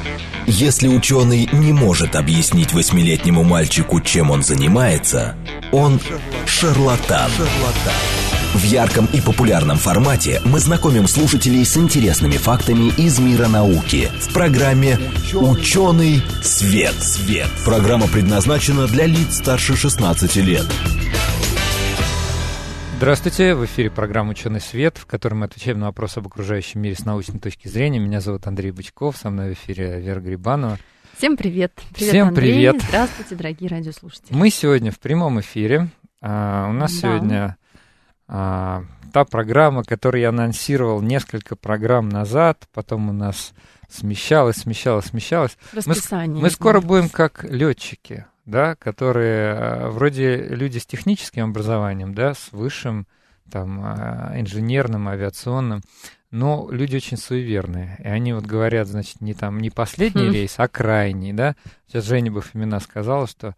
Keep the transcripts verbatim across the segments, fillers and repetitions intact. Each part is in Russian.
Если ученый не может объяснить восьмилетнему мальчику, чем он занимается, он шарлатан. В ярком и популярном формате мы знакомим слушателей с интересными фактами из мира науки в программе «Ученый свет». Свет. Программа предназначена для лиц старше шестнадцати лет. Здравствуйте, в эфире программа «Ученый свет», в которой мы отвечаем на вопросы об окружающем мире с научной точки зрения. Меня зовут Андрей Бычков, со мной в эфире Вера Грибанова. Всем привет. Привет, Всем Андрей. привет. Здравствуйте, дорогие радиослушатели. Мы сегодня в прямом эфире. А, у нас да. сегодня а, та программа, которую я анонсировал несколько программ назад, потом у нас смещалась, смещалась, смещалась. Расписание. Мы, мы скоро будем как летчики. Да, которые вроде люди с техническим образованием, да, с высшим там, инженерным, авиационным, но люди очень суеверные. И они вот говорят, значит, не там не последний рейс, а крайний, да. Сейчас Женя Бафомина сказала, что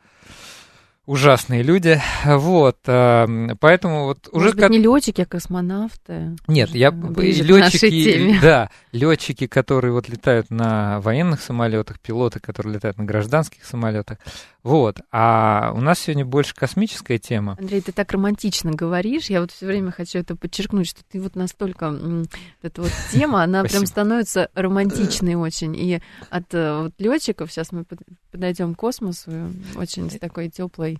ужасные люди, вот, поэтому вот уже... Может быть, как... не летчики, а космонавты? Нет, я... летчики, да, летчики, которые вот летают на военных самолетах, пилоты, которые летают на гражданских самолетах, вот, а у нас сегодня больше космическая тема. Андрей, ты так романтично говоришь, я вот все время хочу это подчеркнуть, что ты вот настолько, эта вот тема, она прям становится романтичной очень, и от вот летчиков, сейчас мы подойдем к космосу, очень с такой теплой,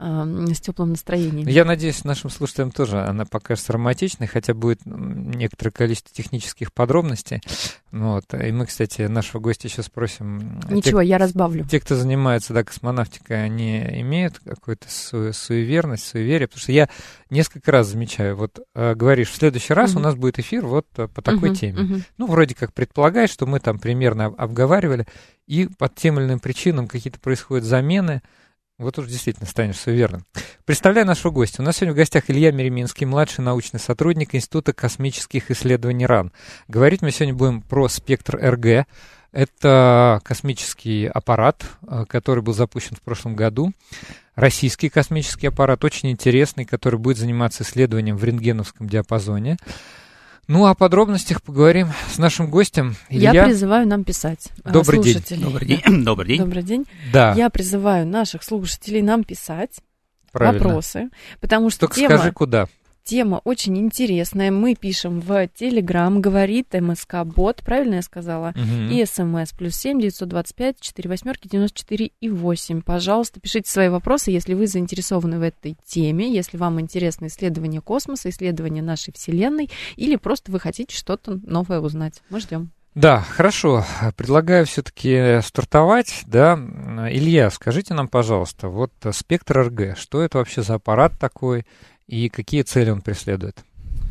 с теплым настроением. Я надеюсь, нашим слушателям тоже она покажется романтичной, хотя будет некоторое количество технических подробностей. Вот. И мы, кстати, нашего гостя еще спросим. Ничего, те, я разбавлю. Те, кто занимается да, космонавтикой, они имеют какую-то су- суеверность, суеверие, потому что я несколько раз замечаю, вот э, говоришь, в следующий раз uh-huh. у нас будет эфир вот по такой uh-huh, теме. Uh-huh. Ну, вроде как предполагаешь, что мы там примерно обговаривали, и по тем или иным причинам какие-то происходят замены. Вот уж действительно станешь суеверным. Представляю нашего гостя. У нас сегодня в гостях Илья Мереминский, младший научный сотрудник Института космических исследований РАН. Говорить мы сегодня будем про спектр эр гэ. Это космический аппарат, который был запущен в прошлом году. Российский космический аппарат, очень интересный, который будет заниматься исследованием в рентгеновском диапазоне. Ну, о подробностях поговорим с нашим гостем. Илья. Я призываю нам писать. Добрый день. Добрый день. Добрый день. Добрый день. Да. Я призываю наших слушателей нам писать Правильно. Вопросы, потому что Только тема... скажи, куда. Тема очень интересная. Мы пишем в Телеграм, говорит МСК-бот, правильно я сказала? Угу. И СМС плюс семь девятьсот двадцать пять четыре восьмерки девяносто четыре и восемь. Пожалуйста, пишите свои вопросы, если вы заинтересованы в этой теме, если вам интересно исследование космоса, исследование нашей Вселенной, или просто вы хотите что-то новое узнать. Мы ждем. Да, хорошо. Предлагаю все-таки стартовать. Да. Илья, скажите нам, пожалуйста, вот спектр эр гэ, что это вообще за аппарат такой? И какие цели он преследует?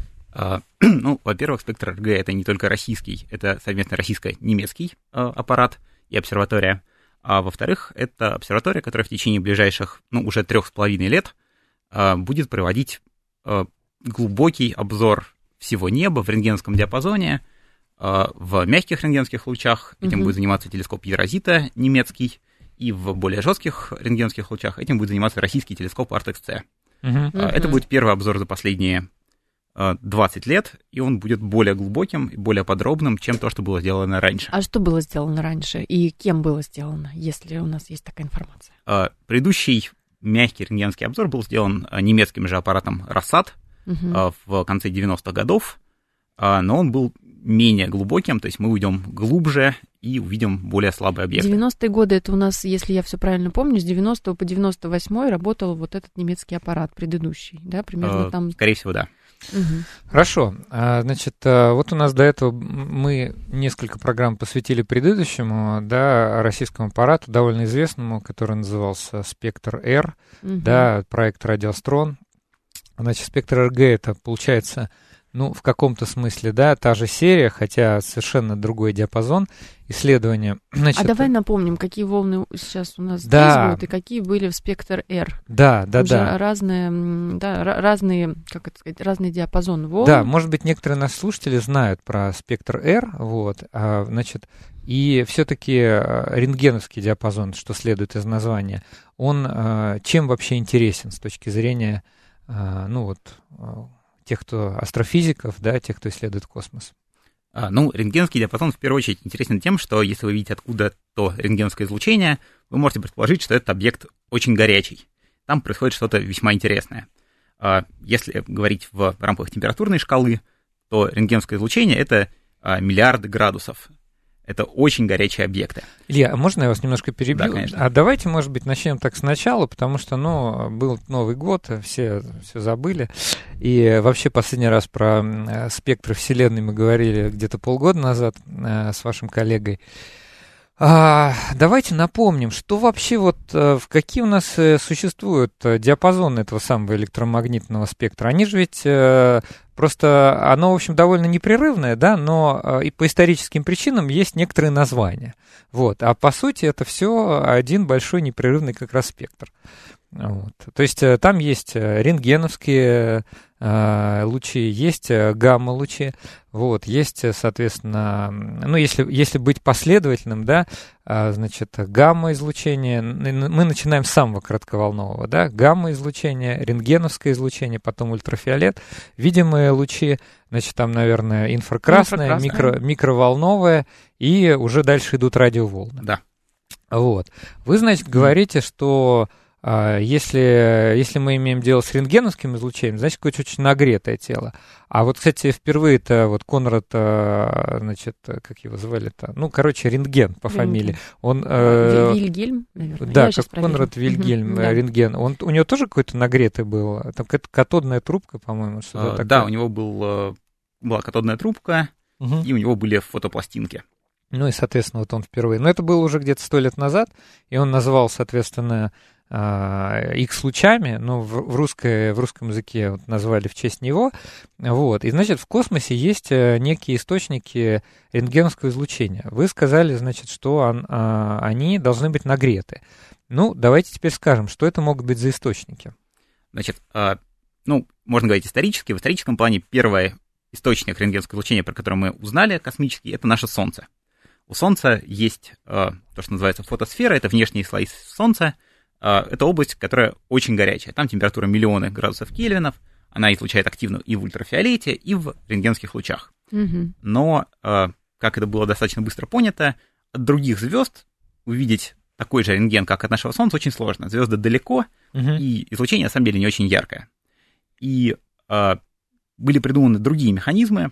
Uh, ну, во-первых, спектр эр гэ — это не только российский, это совместно российско-немецкий uh, аппарат и обсерватория. А во-вторых, это обсерватория, которая в течение ближайших, ну, уже трех с половиной лет uh, будет проводить uh, глубокий обзор всего неба в рентгеновском диапазоне, uh, в мягких рентгеновских лучах. Этим uh-huh. будет заниматься телескоп Евразита немецкий, и в более жестких рентгеновских лучах этим будет заниматься российский телескоп АРТ-ЭКС-С. Uh-huh. Uh-huh. Это будет первый обзор за последние uh, двадцать лет, и он будет более глубоким и более подробным, чем то, что было сделано раньше. А что было сделано раньше и кем было сделано, если у нас есть такая информация? Uh, предыдущий мягкий рентгеновский обзор был сделан uh, немецким же аппаратом Россат uh-huh. uh, в конце девяностых годов, uh, но он был менее глубоким, то есть мы уйдем глубже и увидим более слабые объекты. девяностые годы, это у нас, если я все правильно помню, с девяностого по девяносто восьмой работал вот этот немецкий аппарат предыдущий, да, примерно э, там... Скорее всего, да. Угу. Хорошо. Значит, вот у нас до этого мы несколько программ посвятили предыдущему, да, российскому аппарату, довольно известному, который назывался «Спектр-Р», угу. да, проект «Радиострон». Значит, «Спектр эр гэ» — это, получается... Ну, в каком-то смысле, да, та же серия, хотя совершенно другой диапазон исследования. Значит, а давай напомним, какие волны сейчас у нас да. действуют и какие были в спектр эр. Да, да, Уже да. разные, да, разные, как это сказать, разный диапазон волн. Да, может быть, некоторые наши слушатели знают про спектр эр, вот, а, значит, и все-таки рентгеновский диапазон, что следует из названия, он а, чем вообще интересен с точки зрения, а, ну вот, тех, кто астрофизиков, да, тех, кто исследует космос? А, ну, рентгеновский диапазон, в первую очередь, интересен тем, что если вы видите откуда-то рентгеновское излучение, вы можете предположить, что этот объект очень горячий. Там происходит что-то весьма интересное. А, если говорить в рамках температурной шкалы, то рентгеновское излучение — это а, миллиарды градусов. Это очень горячие объекты. Илья, а можно я вас немножко перебью? Да, конечно. А давайте, может быть, начнем так сначала, потому что, ну, был Новый год, все, все забыли. И вообще последний раз про спектры Вселенной мы говорили где-то полгода назад э, с вашим коллегой. А, давайте напомним, что вообще вот в какие у нас существуют диапазоны этого самого электромагнитного спектра. Они же ведь э, просто, оно, в общем, довольно непрерывное, да, но э, и по историческим причинам есть некоторые названия. Вот. А по сути это все один большой непрерывный как раз спектр. Вот. То есть там есть рентгеновские э, лучи, есть гамма-лучи, вот, есть, соответственно, ну, если, если быть последовательным, да, э, значит, гамма-излучение, мы начинаем с самого коротковолнового, да, гамма-излучение, рентгеновское излучение, потом ультрафиолет, видимые лучи, значит, там, наверное, инфракрасное, инфракрасное. Микро, микроволновое, и уже дальше идут радиоволны. Да. Вот. Вы, значит, говорите, что Если, если мы имеем дело с рентгеновским излучением, значит, какое-то очень нагретое тело. А вот, кстати, впервые-то вот Конрад, значит, как его звали-то? Ну, короче, Рентген по Рентген. фамилии. Он, э, Вильгельм, наверное. Да, Я как Конрад Вильгельм, угу, Рентген. Он, у него тоже какой-то нагретый был? Там какая-то катодная трубка, по-моему, что-то А, такое. да, у него был, была катодная трубка, угу. и у него были фотопластинки. Ну и, соответственно, вот он впервые. Но это было уже где-то сто лет назад, и он назвал, соответственно, X-лучами, ну, в, в, русской, в русском языке вот назвали в честь него, вот, и, значит, в космосе есть некие источники рентгеновского излучения. Вы сказали, значит, что он, а, они должны быть нагреты. Ну, давайте теперь скажем, что это могут быть за источники. Значит, а, ну, можно говорить исторически, в историческом плане первый источник рентгеновского излучения, про который мы узнали, космический, это наше Солнце. У Солнца есть а, то, что называется фотосфера, это внешние слои Солнца. Это область, которая очень горячая. Там температура миллионы градусов Кельвинов. Она излучает активно и в ультрафиолете, и в рентгеновских лучах. Угу. Но, как это было достаточно быстро понято, от других звезд увидеть такой же рентген, как от нашего Солнца, очень сложно. Звезды далеко, угу. и излучение, на самом деле, не очень яркое. И были придуманы другие механизмы.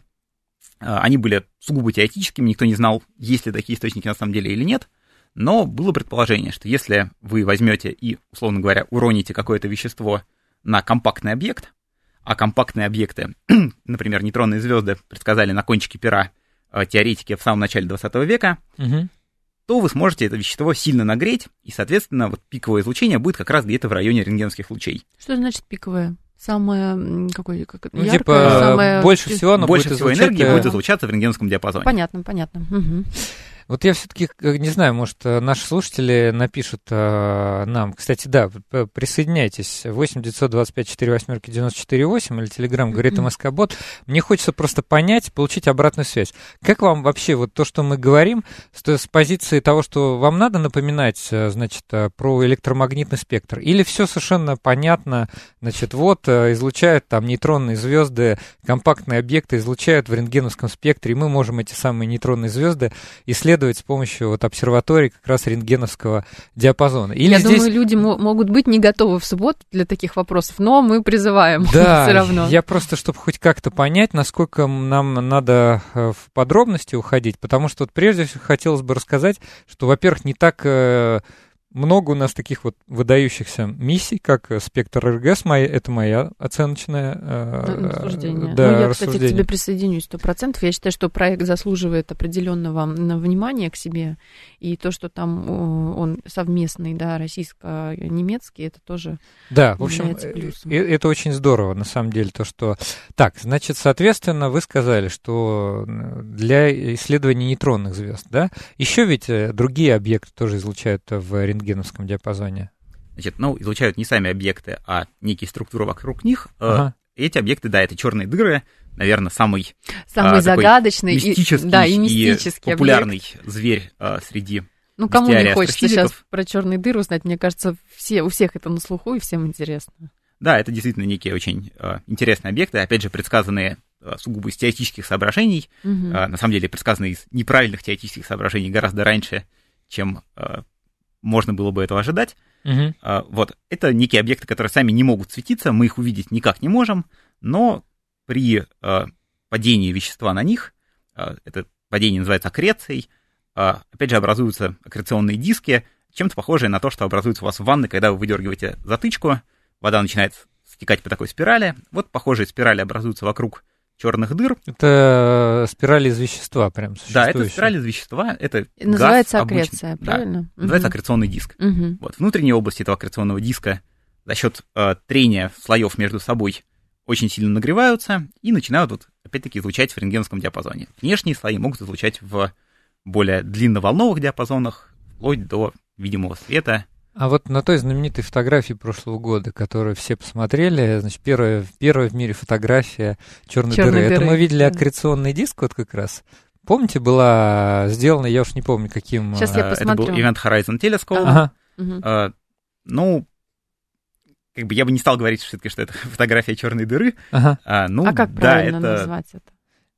Они были сугубо теоретическими, никто не знал, есть ли такие источники на самом деле или нет. Но было предположение, что если вы возьмете и, условно говоря, уроните какое-то вещество на компактный объект, а компактные объекты, например, нейтронные звезды, предсказали на кончике пера теоретики в самом начале двадцатого века, угу. то вы сможете это вещество сильно нагреть, и, соответственно, вот пиковое излучение будет как раз где-то в районе рентгеновских лучей. Что значит пиковое? Самое, какое, как, ну, яркое, типа, самое... больше всего оно больше будет всего излучать... энергии будет излучаться в рентгеновском диапазоне. Понятно, понятно. Угу. Вот я все-таки, не знаю, может, наши слушатели напишут э, нам. Кстати, да, присоединяйтесь. восемь девятьсот двадцать пять сорок восемь девяносто четыре восемь или Телеграм говорит МСК-бот. Мне хочется просто понять, получить обратную связь. Как вам вообще вот то, что мы говорим, с, с позиции того, что вам надо напоминать, значит, про электромагнитный спектр? Или все совершенно понятно, значит, вот излучают там нейтронные звезды, компактные объекты излучают в рентгеновском спектре, и мы можем эти самые нейтронные звезды исследовать с помощью вот обсерваторий как раз рентгеновского диапазона. Или Я здесь... думаю, люди м- могут быть не готовы в субботу для таких вопросов, но мы призываем да, все равно. Я просто, чтобы хоть как-то понять, насколько нам надо в подробности уходить, потому что вот прежде всего хотелось бы рассказать, что, во-первых, не так... много у нас таких вот выдающихся миссий, как спектр РГС, моя, это моя оценочная э, рассуждение. Да, ну, я, рассуждение. кстати, к тебе присоединюсь сто процентов. Я считаю, что проект заслуживает определенного внимания к себе, и то, что там он совместный, да, российско-немецкий, это тоже да, в общем, плюсом. Это очень здорово, на самом деле, то, что... Так, значит, соответственно, вы сказали, что для исследования нейтронных звезд, да, еще ведь другие объекты тоже излучают в рентгеновском диапазоне. Значит, ну, излучают не сами объекты, а некие структуры вокруг них. Ага. Эти объекты, да, это черные дыры, наверное, самый, самый а, загадочный мистический, и, да, и, мистический и популярный зверь а, среди Ну, кому не хочется астрофизиков. сейчас про черные дыры узнать? Мне кажется, все, у всех это на слуху, и всем интересно. Да, это действительно некие очень а, интересные объекты, опять же, предсказанные сугубо из теоретических соображений, угу. на самом деле предсказаны из неправильных теоретических соображений гораздо раньше, чем можно было бы этого ожидать. Угу. Вот. Это некие объекты, которые сами не могут светиться, мы их увидеть никак не можем, но при падении вещества на них, это падение называется аккрецией, опять же образуются аккреционные диски, чем-то похожие на то, что образуется у вас в ванной, когда вы выдергиваете затычку, вода начинает стекать по такой спирали. Вот похожие спирали образуются вокруг черных дыр. Это спирали из вещества прям существующие. Да, это спирали из вещества. Это называется газ, аккреция, обычный, правильно? Да, угу. Называется аккреционный диск. Угу. Вот, внутренняя область этого аккреционного диска за счет э, трения слоев между собой очень сильно нагреваются и начинают, вот, опять-таки, излучать в рентгеновском диапазоне. Внешние слои могут излучать в более длинноволновых диапазонах, вплоть до видимого света. А вот на той знаменитой фотографии прошлого года, которую все посмотрели, значит, первая, первая в мире фотография черной, черной дыры. дыры. Это мы видели аккреционный диск вот как раз. Помните, была сделана, я уж не помню, каким... Сейчас я посмотрю. Это был Event Horizon Telescope. Ага. Uh, ну, как бы я бы не стал говорить все-таки, что это фотография черной дыры. Ага. Uh, ну, а как да, правильно это... назвать это?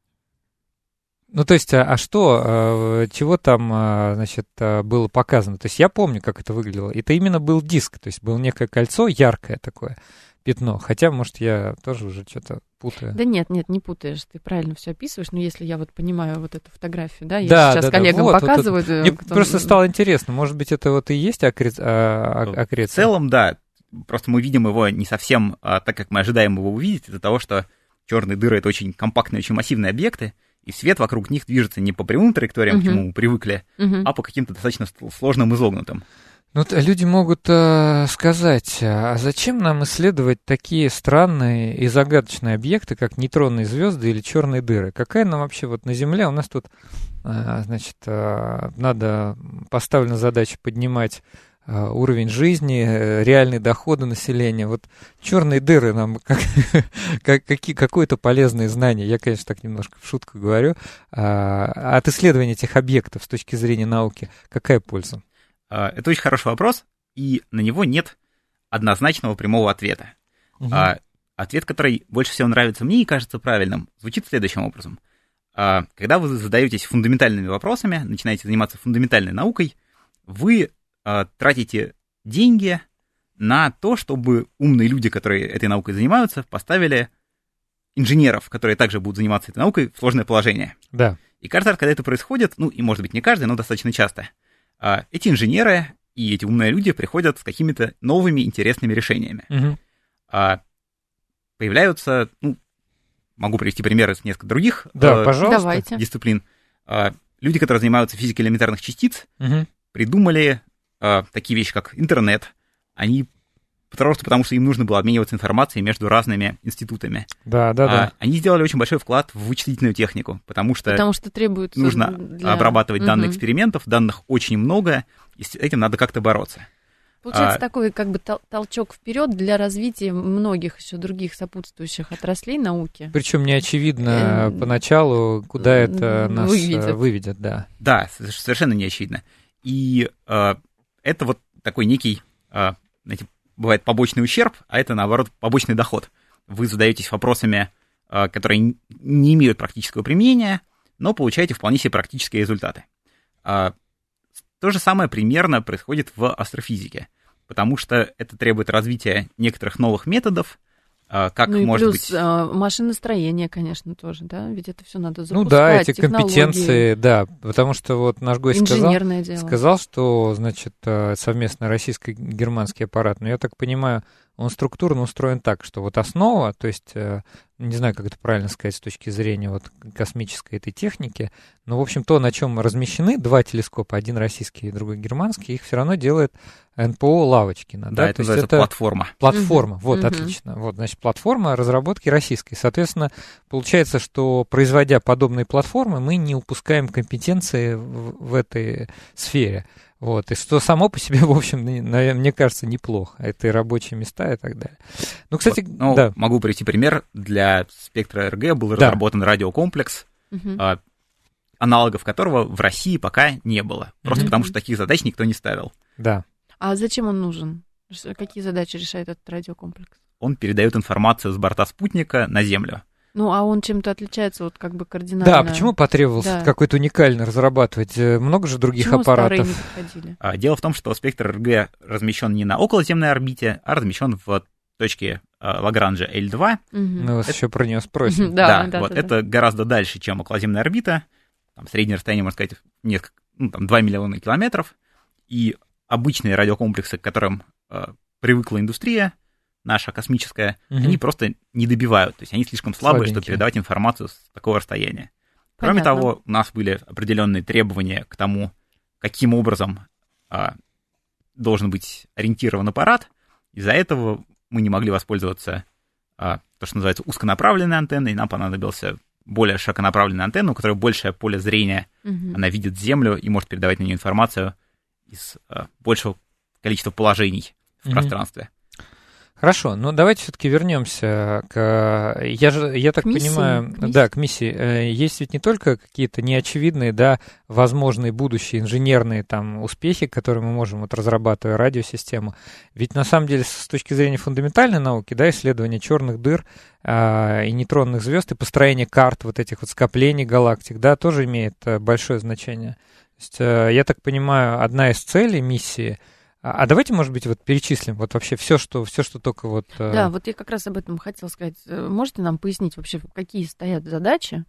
Ну, то есть, а, а что, чего там, значит, было показано? То есть, я помню, как это выглядело. Это именно был диск, то есть, было некое кольцо, яркое такое пятно. Хотя, может, я тоже уже что-то путаю. Да нет, нет, не путаешь, ты правильно все описываешь. Но если я вот понимаю вот эту фотографию, да, я да, сейчас да, коллегам да. Вот, показываю. Вот, вот. Мне кто... просто стало интересно, может быть, это вот и есть аккреция? В целом, да. Просто мы видим его не совсем так, как мы ожидаем его увидеть, из-за того, что черные дыры — это очень компактные, очень массивные объекты, и свет вокруг них движется не по прямым траекториям, uh-huh. к чему мы привыкли, uh-huh. а по каким-то достаточно сложным изогнутым. Ну, люди могут э, сказать, а зачем нам исследовать такие странные и загадочные объекты, как нейтронные звезды или черные дыры? Какая нам вообще вот на Земле? У нас тут, э, значит, э, надо поставлена задача поднимать уровень жизни, реальные доходы населения. Вот черные дыры нам как, как, какие, какое-то полезное знание, я, конечно, так немножко в шутку говорю, а, от исследования этих объектов с точки зрения науки, какая польза? Это очень хороший вопрос, и на него нет однозначного прямого ответа. Угу. А, ответ, который больше всего нравится мне и кажется правильным, звучит следующим образом. А, когда вы задаетесь фундаментальными вопросами, начинаете заниматься фундаментальной наукой, вы тратите деньги на то, чтобы умные люди, которые этой наукой занимаются, поставили инженеров, которые также будут заниматься этой наукой, в сложное положение. Да. И каждый раз, когда это происходит, ну, и, может быть, не каждый, но достаточно часто, эти инженеры и эти умные люди приходят с какими-то новыми интересными решениями. Угу. Появляются, ну, могу привести примеры из нескольких других да, э, пожалуйста. дисциплин. Люди, которые занимаются физикой элементарных частиц, угу. придумали такие вещи, как интернет, они просто потому, что им нужно было обмениваться информацией между разными институтами. Да, да, а, да. Они сделали очень большой вклад в вычислительную технику, потому что, потому что требуется нужно для... обрабатывать угу. данные экспериментов, данных очень много, и с этим надо как-то бороться. Получается а, такой как бы толчок вперед для развития многих еще других сопутствующих отраслей науки. Причем не очевидно поначалу, куда это нас выведет, выведет да. Да, совершенно не очевидно. И это вот такой некий, знаете, бывает побочный ущерб, а это, наоборот, побочный доход. Вы задаетесь вопросами, которые не имеют практического применения, но получаете вполне себе практические результаты. То же самое примерно происходит в астрофизике, потому что это требует развития некоторых новых методов, как, ну и может плюс быть... машиностроение, конечно, тоже, да, ведь это все надо запускать. Ну да, эти технологии. Компетенции, да, потому что вот наш гость сказал, дело. сказал, что, значит, совместно российско-германский аппарат, но я так понимаю, он структурно устроен так, что вот основа, то есть, не знаю, как это правильно сказать с точки зрения вот космической этой техники, но, в общем, то, на чем размещены два телескопа, один российский и другой германский, их все равно делает эн пэ о Лавочкина. Да, да? это называется это платформа. Платформа, uh-huh. вот, uh-huh. отлично. Вот, значит, платформа разработки российской. Соответственно, получается, что, производя подобные платформы, мы не упускаем компетенции в, в этой сфере. Вот, и что само по себе, в общем, наверное, мне кажется, неплохо. Это и рабочие места и так далее. Ну, кстати, вот, ну, да. Могу привести пример. Для спектра эр гэ был да. разработан радиокомплекс, угу. а, аналогов которого в России пока не было. Просто угу. потому, что таких задач никто не ставил. Да. А зачем он нужен? Какие задачи решает этот радиокомплекс? Он передает информацию с борта спутника на Землю. Ну, а он чем-то отличается вот как бы кардинально? Да, почему потребовалось да. какой-то уникальный разрабатывать? Много же других почему аппаратов. Не а, дело в том, что спектр эр джи размещен не на околоземной орбите, а размещен в точке а, Лагранжа эль два. Угу. Мы вас это... еще про нее спросим. да, да, да, вот, да, это да. гораздо дальше, чем околоземная орбита. Там среднее расстояние, можно сказать, несколько, ну, там, два миллиона километров. И обычные радиокомплексы, к которым а, привыкла индустрия, наша космическая, угу. они просто не добивают. То есть они слишком слабые, Слабенькие. чтобы передавать информацию с такого расстояния. Кроме Понятно. того, у нас были определенные требования к тому, каким образом а, должен быть ориентирован аппарат. Из-за этого мы не могли воспользоваться а, то, что называется узконаправленной антенной. Нам понадобился более широконаправленная антенна, у которой большее поле зрения. Угу. Она видит Землю и может передавать на нее информацию из а, большего количества положений в угу. пространстве. Хорошо, ну давайте все-таки вернемся к, я же, я так к понимаю, миссии, к миссии. да, к миссии. Есть ведь не только какие-то неочевидные, да, возможные будущие инженерные там успехи, которые мы можем вот разрабатывая радиосистему. Ведь на самом деле с точки зрения фундаментальной науки, да, исследование черных дыр а, и нейтронных звезд и построение карт вот этих вот скоплений галактик, да, тоже имеет а, большое значение. То есть, а, я так понимаю, одна из целей миссии. А давайте, может быть, вот перечислим вот вообще все, что, все, что только вот... Да, вот я как раз об этом хотела сказать. Можете нам пояснить вообще, какие стоят задачи?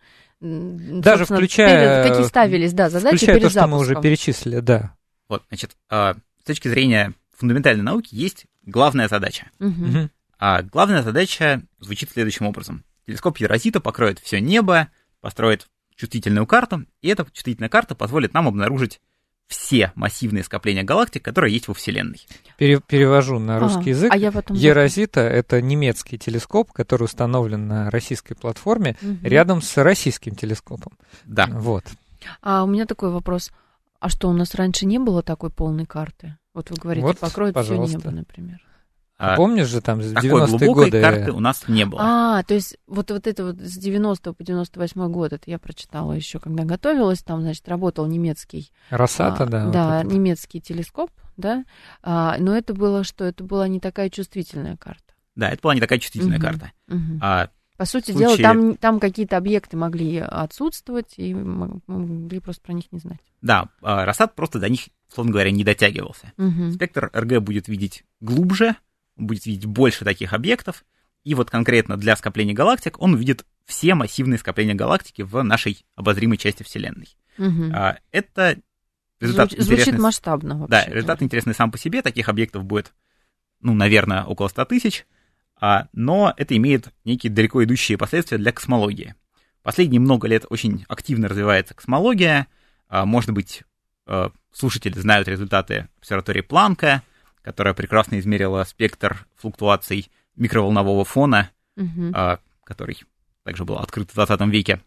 Даже включая... Перед, какие ставились, да, задачи включая перед то, что запуском. мы уже перечислили, да. Вот, значит, с точки зрения фундаментальной науки есть главная задача. Угу. А главная задача звучит следующим образом. Телескоп Ерозита покроет все небо, построит чувствительную карту, и эта чувствительная карта позволит нам обнаружить все массивные скопления галактик, которые есть во Вселенной. Пере- перевожу на русский а, язык. А я потом... Ерозита — это немецкий телескоп, который установлен на российской платформе угу. рядом с российским телескопом. Да. Вот. А у меня такой вопрос. А что, у нас раньше не было такой полной карты? Вот вы говорите, вот, покроет все небо, например. А, Помнишь же, там, в девяностые годы... Такой глубокой карты у нас не было. А, то есть вот, вот это вот с девяностого по девяносто восьмой год, это я прочитала еще, когда готовилась, там, значит, работал немецкий... Росата, а, да. Да, вот немецкий телескоп, да, а, но это было что? Это была не такая чувствительная карта. Да, это была не такая чувствительная угу, карта. Угу. А, по сути случае... дела, там, там какие-то объекты могли отсутствовать, и мы могли просто про них не знать. Да, Росат просто до них, условно говоря, не дотягивался. Угу. Спектр эр джи будет видеть глубже, будет видеть больше таких объектов, и вот конкретно для скоплений галактик он увидит все массивные скопления галактики в нашей обозримой части Вселенной. Угу. А, это результат Звуч, звучит масштабно вообще. Да, результат интересный сам по себе, таких объектов будет, ну, наверное, около ста тысяч, а, но это имеет некие далеко идущие последствия для космологии. Последние много лет очень активно развивается космология, а, может быть, а, слушатели знают результаты обсерватории Планка, которая прекрасно измерила спектр флуктуаций микроволнового фона, угу. а, который также был открыт в двадцатом веке.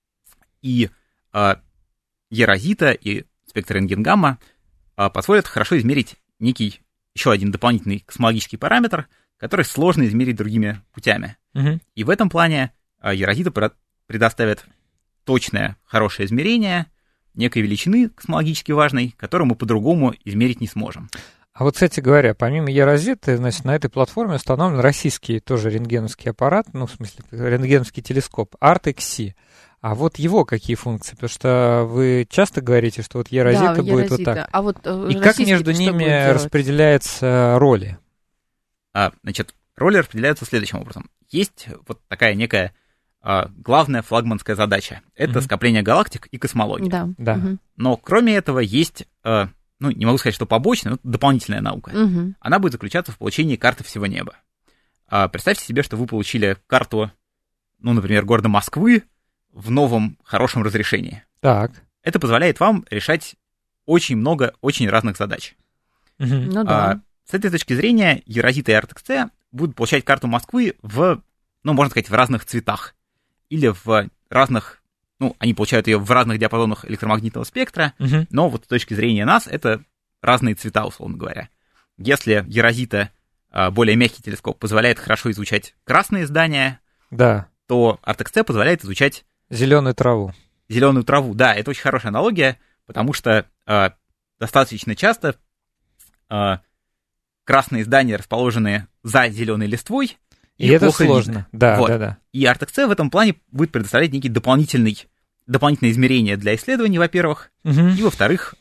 И а, Ерозита и спектр рентген-гамма а, позволят хорошо измерить некий еще один дополнительный космологический параметр, который сложно измерить другими путями. Угу. И в этом плане а, Ерозита предоставит точное, хорошее измерение некой величины космологически важной, которую мы по-другому измерить не сможем. А вот, кстати говоря, помимо Ерозиты, значит, на этой платформе установлен российский тоже рентгеновский аппарат, ну, в смысле, рентгеновский телескоп, арт икс си. А вот его какие функции? Потому что вы часто говорите, что вот Ерозита да, будет Ерозита. вот так. А вот, и как между ними распределяются роли? А, значит, роли распределяются следующим образом. Есть вот такая некая а, главная флагманская задача. Это mm-hmm. скопление галактик и космология. Да. Да. Mm-hmm. Но кроме этого есть... А, ну, не могу сказать, что побочная, но дополнительная наука. Угу. Она будет заключаться в получении карты всего неба. А, представьте себе, что вы получили карту, ну, например, города Москвы в новом хорошем разрешении. Так. Это позволяет вам решать очень много очень разных задач. Угу. Ну да. А, с этой точки зрения Ерозита и арт икс си будут получать карту Москвы в, ну, можно сказать, в разных цветах. Или в разных... Ну, они получают ее в разных диапазонах электромагнитного спектра, uh-huh. но вот с точки зрения нас это разные цвета, условно говоря. Если Ерозита, более мягкий телескоп, позволяет хорошо изучать красные здания, да. то арт икс си позволяет изучать... Зеленую траву. Зеленую траву, да, это очень хорошая аналогия, потому что э, достаточно часто э, красные здания расположены за зеленой листвой. И это сложно. Да, вот. да, да. И ArcticC в этом плане будет предоставлять некий дополнительный, дополнительное измерение для исследований, во-первых, угу. и, во-вторых,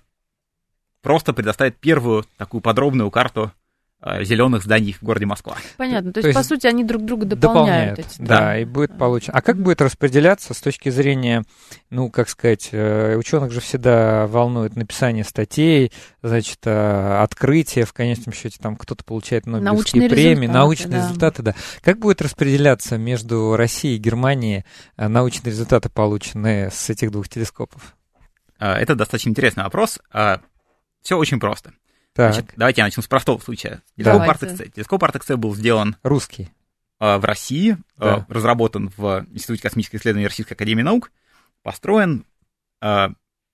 просто предоставит первую такую подробную карту зеленых зданий в городе Москва. Понятно. То, То есть, есть, по сути, они друг друга дополняют. дополняют эти, да, да, и будет получено. А как будет распределяться с точки зрения, ну, как сказать, ученых же всегда волнует написание статей, значит, открытие, в конечном счете, там кто-то получает Нобелевские премии, научные да. результаты, да. Как будет распределяться между Россией и Германией научные результаты, полученные с этих двух телескопов? Это достаточно интересный вопрос. Все очень просто. Значит, давайте я начну с простого случая. Телескоп ArcticC. Телескоп ArcticC был сделан... Русский. Э, в России, да. э, разработан в Институте космических исследований Российской академии наук, построен э,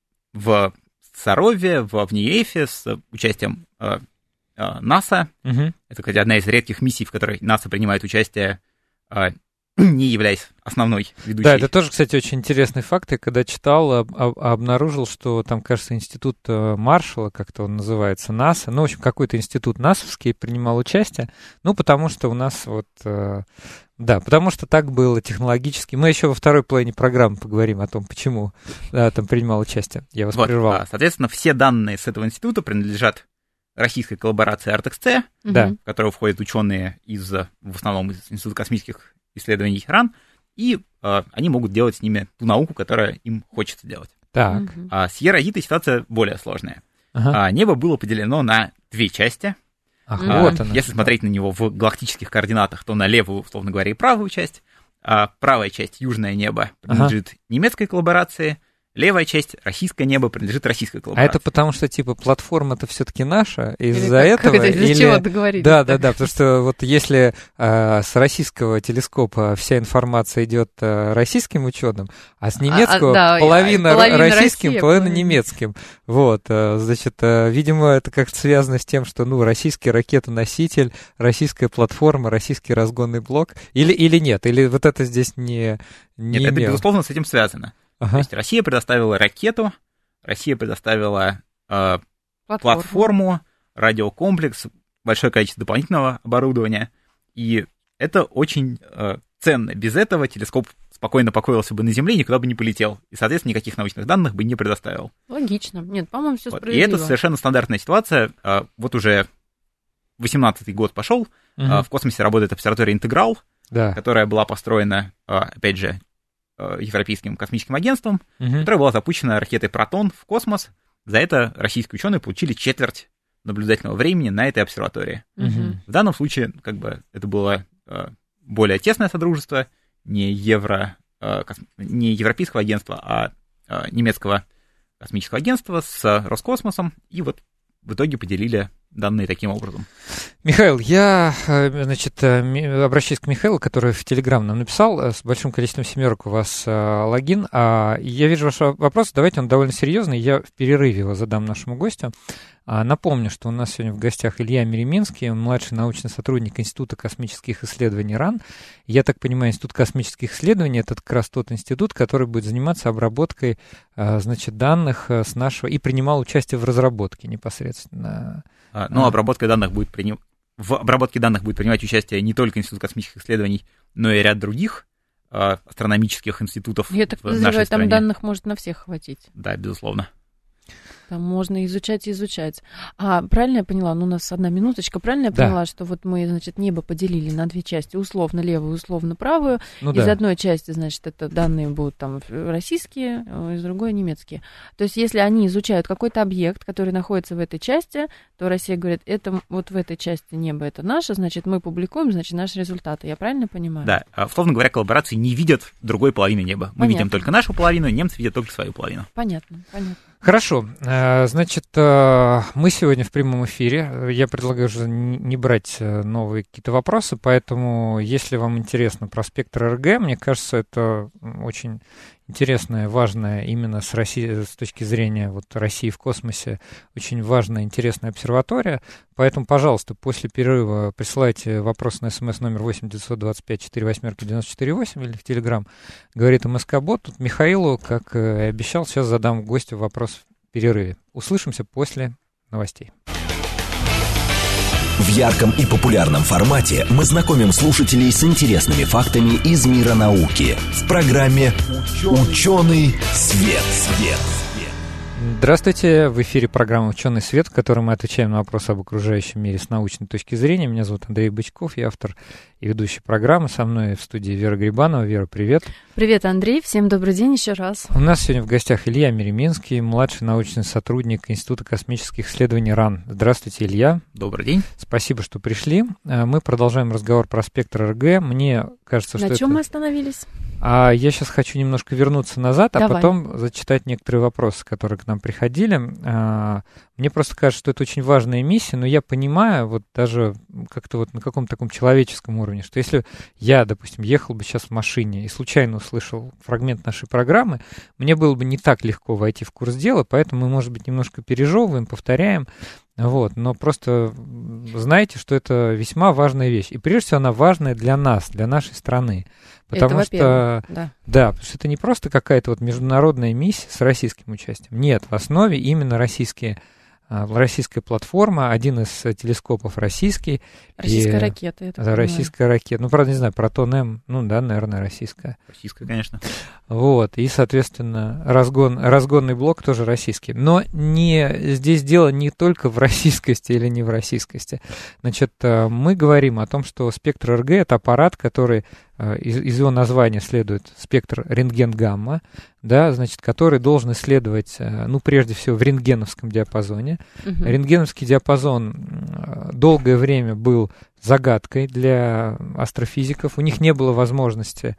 в Сарове, в Авниефе с участием э, э, НАСА. Угу. Это, кстати, одна из редких миссий, в которой НАСА принимает участие, э, не являясь основной ведущей. Да, это тоже, кстати, очень интересный факт. Я когда читал, об, об, обнаружил, что там, кажется, институт Маршалла, как-то он называется, НАСА, ну, в общем, какой-то институт насовский принимал участие, ну, потому что у нас вот, э, да, потому что так было технологически. Мы еще во второй половине программы поговорим о том, почему да, там принимал участие. Я вас вот, прервал. Соответственно, все данные с этого института принадлежат российской коллаборации ArcticC, да. в которую входят ученые из, в основном, из Института космических исследований РАН, и э, они могут делать с ними ту науку, которая им хочется делать. Так. А с Сьерра-Гитой ситуация более сложная. Ага. А, небо было поделено на две части. Ах, а, вот оно. Если смотреть на него в галактических координатах, то на левую, условно говоря, и правую часть. А правая часть, южное небо, принадлежит ага. немецкой коллаборации, левая часть, российское небо, принадлежит российской коллаборации. А это потому что, типа, платформа-то все-таки наша, из-за этого... Как это, из-за или... чего договорились? Да, да, да, потому что вот если э, с российского телескопа вся информация идет э, российским ученым, а с немецкого а, а, половина, да, половина российским, Россия, половина половина немецким. Вот, э, значит, э, видимо, это как-то связано с тем, что, ну, российский ракетоноситель, российская платформа, российский разгонный блок, или, или нет, или вот это здесь не... не нет, имело. Это, безусловно, с этим связано. Ага. То есть Россия предоставила ракету, Россия предоставила э, платформу. платформу, радиокомплекс, большое количество дополнительного оборудования, и это очень э, ценно. Без этого телескоп спокойно покоился бы на Земле и никуда бы не полетел, и, соответственно, никаких научных данных бы не предоставил. Логично. Нет, по-моему, все вот. И справедливо. это совершенно стандартная ситуация. Э, вот уже восемнадцатый год пошел, угу. э, в космосе работает обсерватория «Интеграл», да. которая была построена, э, опять же, Европейским космическим агентством, uh-huh. которая была запущена ракетой «Протон» в космос. За это российские ученые получили четверть наблюдательного времени на этой обсерватории. Uh-huh. В данном случае, как бы, это было э, более тесное содружество, не, евро, э, кос... не европейского агентства, а э, немецкого космического агентства с Роскосмосом, и вот в итоге поделили данные таким образом. Михаил, я, значит, обращаюсь к Михаилу, который в Телеграм нам написал, с большим количеством семерок у вас логин. Я вижу ваш вопрос, давайте он довольно серьезный, я в перерыве его задам нашему гостю. Напомню, что у нас сегодня в гостях Илья Мереминский, он младший научный сотрудник Института космических исследований РАН. Я так понимаю, Институт космических исследований — это как раз тот институт, который будет заниматься обработкой, значит, данных с нашего, и принимал участие в разработке непосредственно. Ну, обработка данных будет приним... в обработке данных будет принимать участие не только Институт космических исследований, но и ряд других э, астрономических институтов. Я так подозреваю, там данных может на всех хватить. Да, безусловно. Там можно изучать и изучать. А правильно я поняла, ну у нас одна минуточка, правильно я поняла, да. что вот мы, значит, небо поделили на две части, условно левую, условно правую. Ну, из да. одной части, значит, это данные будут там российские, из другой немецкие. То есть если они изучают какой-то объект, который находится в этой части, то Россия говорит, это вот в этой части неба это наше, значит, мы публикуем, значит, наши результаты. Я правильно понимаю? Да, условно говоря, коллаборации не видят другой половины неба. Мы понятно. Видим только нашу половину, немцы видят только свою половину. Понятно, понятно. Хорошо, значит, мы сегодня в прямом эфире, я предлагаю уже не брать новые какие-то вопросы, поэтому, если вам интересно про спектр эр гэ, мне кажется, это очень интересная, важная именно с, России, с точки зрения вот, России в космосе, очень важная, интересная обсерватория, поэтому, пожалуйста, после перерыва присылайте вопрос на смс номер восемь девятьсот двадцать пять сорок восемь девяносто четыре восемь или в Телеграм, говорит МСК-бот. Тут Михаилу, как и обещал, сейчас задам гостю вопрос в перерыве. Услышимся после новостей. В ярком и популярном формате мы знакомим слушателей с интересными фактами из мира науки в программе «Ученый свет». свет. Здравствуйте, в эфире программа «Ученый свет», в которой мы отвечаем на вопросы об окружающем мире с научной точки зрения. Меня зовут Андрей Бычков, я автор и ведущий программы. Со мной в студии Вера Грибанова. Вера, привет. Привет, Андрей, всем добрый день еще раз. У нас сегодня в гостях Илья Меременский, младший научный сотрудник Института космических исследований РАН. Здравствуйте, Илья. Добрый день. Спасибо, что пришли. Мы продолжаем разговор про спектр РГ. Мне кажется, на что На чем это... мы остановились? А я сейчас хочу немножко вернуться назад, а Давай. потом зачитать некоторые вопросы, которые к нам приходили. А, мне просто кажется, что это очень важная миссия, но я понимаю, вот даже как-то вот на каком-то таком человеческом уровне, что если я, допустим, ехал бы сейчас в машине и случайно услышал фрагмент нашей программы, мне было бы не так легко войти в курс дела, поэтому мы, может быть, немножко пережевываем, повторяем. Вот, но просто знаете, что это весьма важная вещь. И прежде всего она важная для нас, для нашей страны. Потому это, что, да. да, потому что это не просто какая-то вот международная миссия с российским участием. Нет, в основе именно российские, российская платформа, один из телескопов российский. Российская и, ракета, я так да, понимаю. российская ракета. Ну, правда, не знаю, Протон-М, ну да, наверное, российская. Российская, конечно. Вот, и, соответственно, разгон, разгонный блок тоже российский. Но не, здесь дело не только в российскости или не в российскости. Значит, мы говорим о том, что спектр эр гэ — это аппарат, который, из, из его названия следует спектр рентген-гамма, да, значит, который должен исследовать, ну, прежде всего, в рентгеновском диапазоне. Uh-huh. Рентгеновский диапазон долгое время был загадкой для астрофизиков. У них не было возможности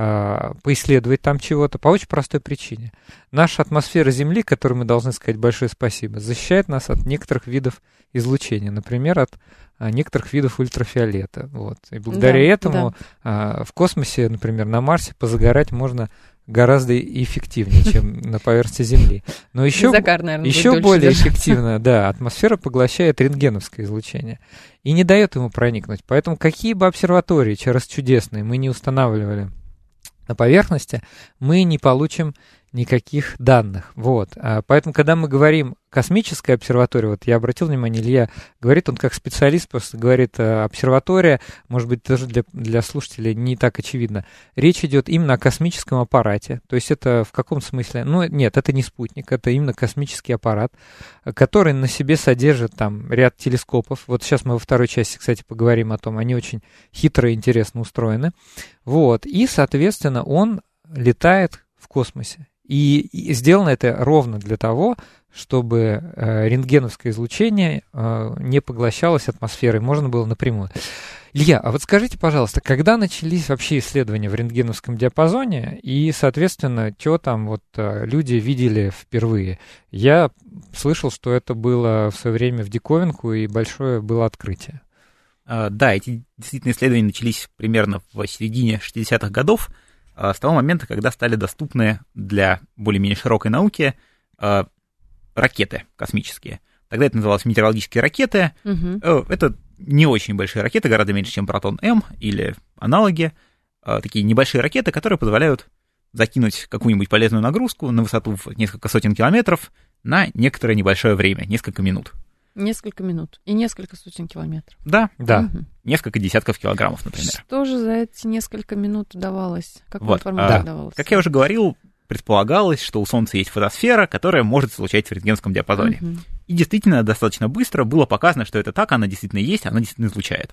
а, поисследовать там чего-то по очень простой причине. Наша атмосфера Земли, которой мы должны сказать большое спасибо, защищает нас от некоторых видов излучения, например, от а, некоторых видов ультрафиолета. Вот. И благодаря да, этому да. А, в космосе, например, на Марсе позагорать можно гораздо эффективнее, чем на поверхности Земли. Но еще, Загар, наверное, еще более эффективно, да, атмосфера поглощает рентгеновское излучение и не дает ему проникнуть. Поэтому какие бы обсерватории, через чудесные, мы не устанавливали на поверхности, мы не получим никаких данных. Вот. Поэтому, когда мы говорим космическая обсерватория, вот я обратил внимание, Илья говорит, он как специалист просто говорит, обсерватория, может быть, даже для, для слушателей не так очевидно. Речь идет именно о космическом аппарате, то есть это в каком смысле? Ну, нет, это не спутник, это именно космический аппарат, который на себе содержит там ряд телескопов. Вот сейчас мы во второй части, кстати, поговорим о том, они очень хитро и интересно устроены. Вот. И, соответственно, он летает в космосе. И, и сделано это ровно для того, чтобы э, рентгеновское излучение э, не поглощалось атмосферой, можно было напрямую. Илья, а вот скажите, пожалуйста, когда начались вообще исследования в рентгеновском диапазоне, и, соответственно, что там вот э, люди видели впервые? Я слышал, что это было в свое время в диковинку, и большое было открытие. Uh, да, эти действительно исследования начались примерно в середине шестидесятых годов, с того момента, когда стали доступны для более-менее широкой науки э, ракеты космические. Тогда это называлось метеорологические ракеты. Uh-huh. Э, это не очень большие ракеты, гораздо меньше, чем Протон-М или аналоги. Э, такие небольшие ракеты, которые позволяют закинуть какую-нибудь полезную нагрузку на высоту в несколько сотен километров на некоторое небольшое время, несколько минут. Несколько минут и несколько сотен километров. Да, да. Угу. Несколько десятков килограммов, например. Что же за эти несколько минут давалось? Какую вот. информацию а, давалось? Как я уже говорил, предполагалось, что у Солнца есть фотосфера, которая может излучать в рентгеновском диапазоне. Угу. И действительно, достаточно быстро было показано, что это так, она действительно есть, она действительно излучает.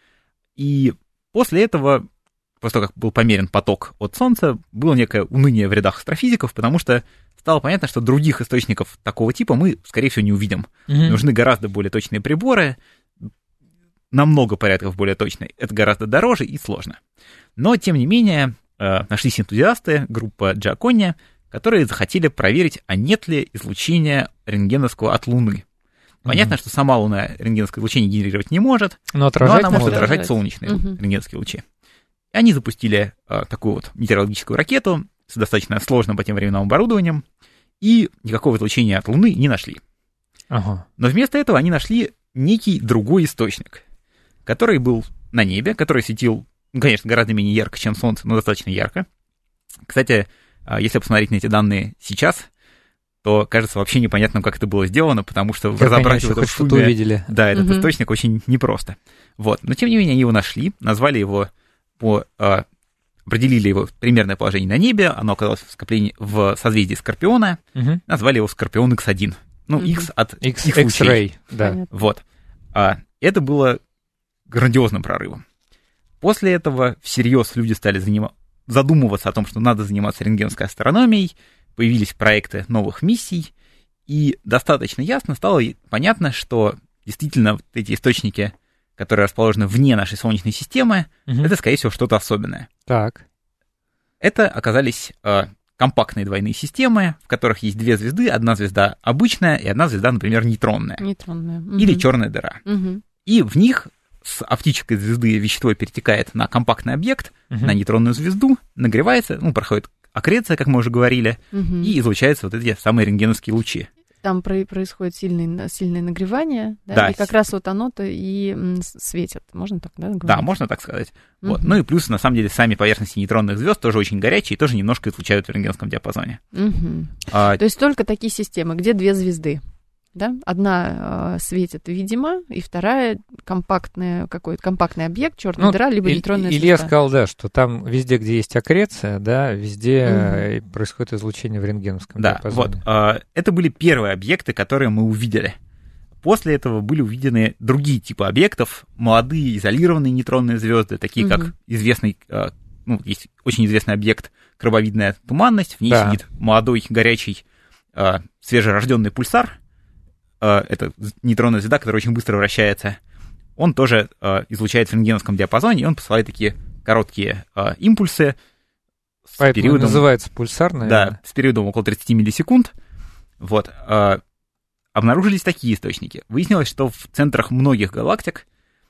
И после этого, после того, как был померен поток от Солнца, было некое уныние в рядах астрофизиков, потому что стало понятно, что других источников такого типа мы, скорее всего, не увидим. Mm-hmm. Нужны гораздо более точные приборы, намного порядков более точные. Это гораздо дороже и сложно. Но, тем не менее, нашлись энтузиасты, группа Джакони, которые захотели проверить, а нет ли излучения рентгеновского от Луны. Понятно, mm-hmm. что сама Луна рентгеновское излучение генерировать не может, но, но она может отражать солнечные mm-hmm. рентгеновские лучи. И они запустили а, такую вот метеорологическую ракету с достаточно сложным по тем временам оборудованием, и никакого излучения от Луны не нашли. Ага. Но вместо этого они нашли некий другой источник, который был на небе, который светил, ну, конечно, гораздо менее ярко, чем Солнце, но достаточно ярко. Кстати, если посмотреть на эти данные сейчас, то кажется вообще непонятным, как это было сделано, потому что как разобрать в этом шуме... увидели. Да, этот угу. источник очень непросто. Вот. Но, тем не менее, они его нашли, назвали его по... Э, определили его примерное положение на небе, оно оказалось в, скоплении, в созвездии Скорпиона, угу. назвали его Скорпион икс один. Ну, угу. X от X, X-ray, да. Вот. А, это было грандиозным прорывом. После этого всерьез люди стали занима... задумываться о том, что надо заниматься рентгеновской астрономией, появились проекты новых миссий, и достаточно ясно стало понятно, что действительно вот эти источники, которые расположены вне нашей Солнечной системы, угу. это, скорее всего, что-то особенное. Так. Это оказались э, компактные двойные системы, в которых есть две звезды, одна звезда обычная и одна звезда, например, нейтронная. Нейтронная. Угу. Или черная дыра. Угу. И в них с оптической звезды вещество перетекает на компактный объект, угу. на нейтронную звезду, нагревается, ну, проходит аккреция, как мы уже говорили, угу. и излучаются вот эти самые рентгеновские лучи. Там происходит сильное, сильное нагревание, да? Да. И как раз вот оно-то и светит. Можно так, да, говорить? Да, можно так сказать. Uh-huh. Вот. Ну и плюс, на самом деле, сами поверхности нейтронных звезд тоже очень горячие и тоже немножко излучают в рентгеновском диапазоне. Uh-huh. А... То есть только такие системы, где две звезды. Да? Одна э, светит видимо, и вторая компактная, какой-то компактный объект, черная ну, дыра, либо и, нейтронная Илья звезда. сказал, да, что там везде, где есть аккреция, да, везде угу. происходит излучение в рентгеновском да, диапазоне. Вот, э, это были первые объекты, которые мы увидели. После этого были увидены другие типы объектов, молодые изолированные нейтронные звезды, такие угу. как известный, э, ну, есть очень известный объект крабовидная туманность, в ней да. сидит молодой горячий э, свежерожденный пульсар. Это нейтронная звезда, которая очень быстро вращается, он тоже э, излучает в рентгеновском диапазоне, и он посылает такие короткие э, импульсы с Поэтому периодом... называется пульсар, наверное. Да, с периодом около тридцать миллисекунд. Вот. Э, обнаружились такие источники. Выяснилось, что в центрах многих галактик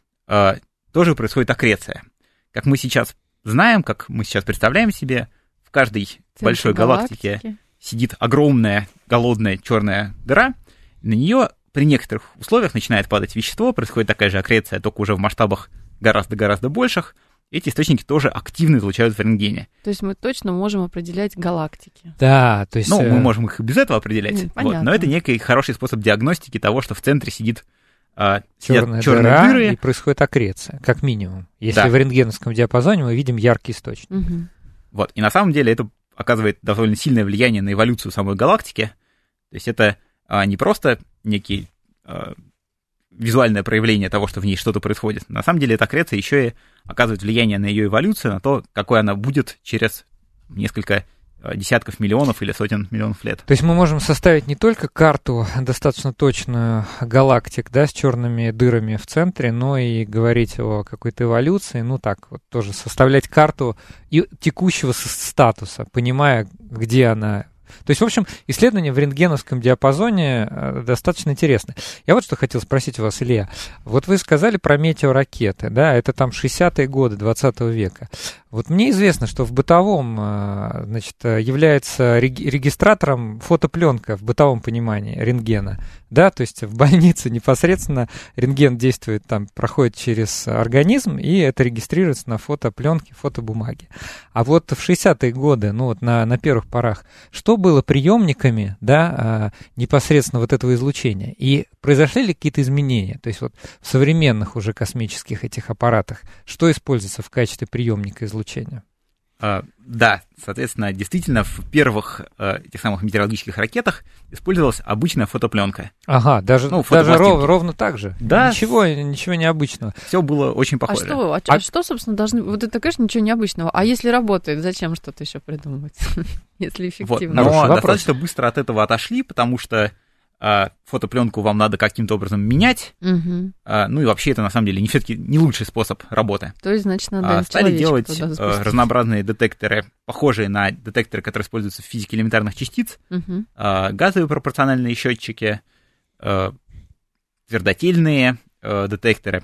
э, тоже происходит аккреция. Как мы сейчас знаем, как мы сейчас представляем себе, в каждой Центр большой галактике галактики. сидит огромная голодная черная дыра. На нее при некоторых условиях начинает падать вещество, происходит такая же аккреция, только уже в масштабах гораздо-гораздо больших. Эти источники тоже активно излучают в рентгене. То есть мы точно можем определять галактики. Да, то есть... Ну, мы можем их и без этого определять. Mm, вот, но это некий хороший способ диагностики того, что в центре сидит а, черная дыра, дыры. И происходит аккреция, как минимум. Если да. в рентгеновском диапазоне мы видим яркий источник. Mm-hmm. Вот, и на самом деле это оказывает довольно сильное влияние на эволюцию самой галактики. То есть это... А не просто некие э, визуальное проявление того, что в ней что-то происходит. На самом деле эта аккреция еще и оказывает влияние на ее эволюцию, на то, какой она будет через несколько десятков миллионов или сотен миллионов лет. То есть мы можем составить не только карту достаточно точную галактик, да, с черными дырами в центре, но и говорить о какой-то эволюции, ну так вот тоже составлять карту и текущего статуса, понимая, где она. То есть, в общем, исследования в рентгеновском диапазоне э, достаточно интересны. Я вот что хотел спросить у вас, Илья. Вот вы сказали про метеоракеты, да, это там шестидесятые годы двадцатого века. Вот мне известно, что в бытовом, э, значит, является реги- регистратором фотопленка в бытовом понимании рентгена, да, то есть в больнице непосредственно рентген действует, там, проходит через организм, и это регистрируется на фотопленке, фотобумаге. А вот в шестидесятые годы, ну вот на, на первых порах, что было приемниками, да, непосредственно вот этого излучения? И произошли ли какие-то изменения? То есть вот в современных уже космических этих аппаратах, что используется в качестве приемника излучения? Uh, да, соответственно, действительно, в первых uh, этих самых метеорологических ракетах использовалась обычная фотопленка. Ага, даже, ну, даже ров, ровно так же? Да. Ничего, ничего необычного. Все было очень похоже. А что, а, а что, собственно, должны... Вот это, конечно, ничего необычного. А если работает, зачем что-то еще придумывать, если эффективно? Вот, но достаточно быстро от этого отошли, потому что а, фотопленку вам надо каким-то образом менять, угу. а, ну и вообще это на самом деле не все-таки не лучший способ работы. То есть, значит, надо а, стали делать а, разнообразные детекторы, похожие на детекторы, которые используются в физике элементарных частиц, угу. а, газовые пропорциональные счетчики, а, твердотельные а, детекторы.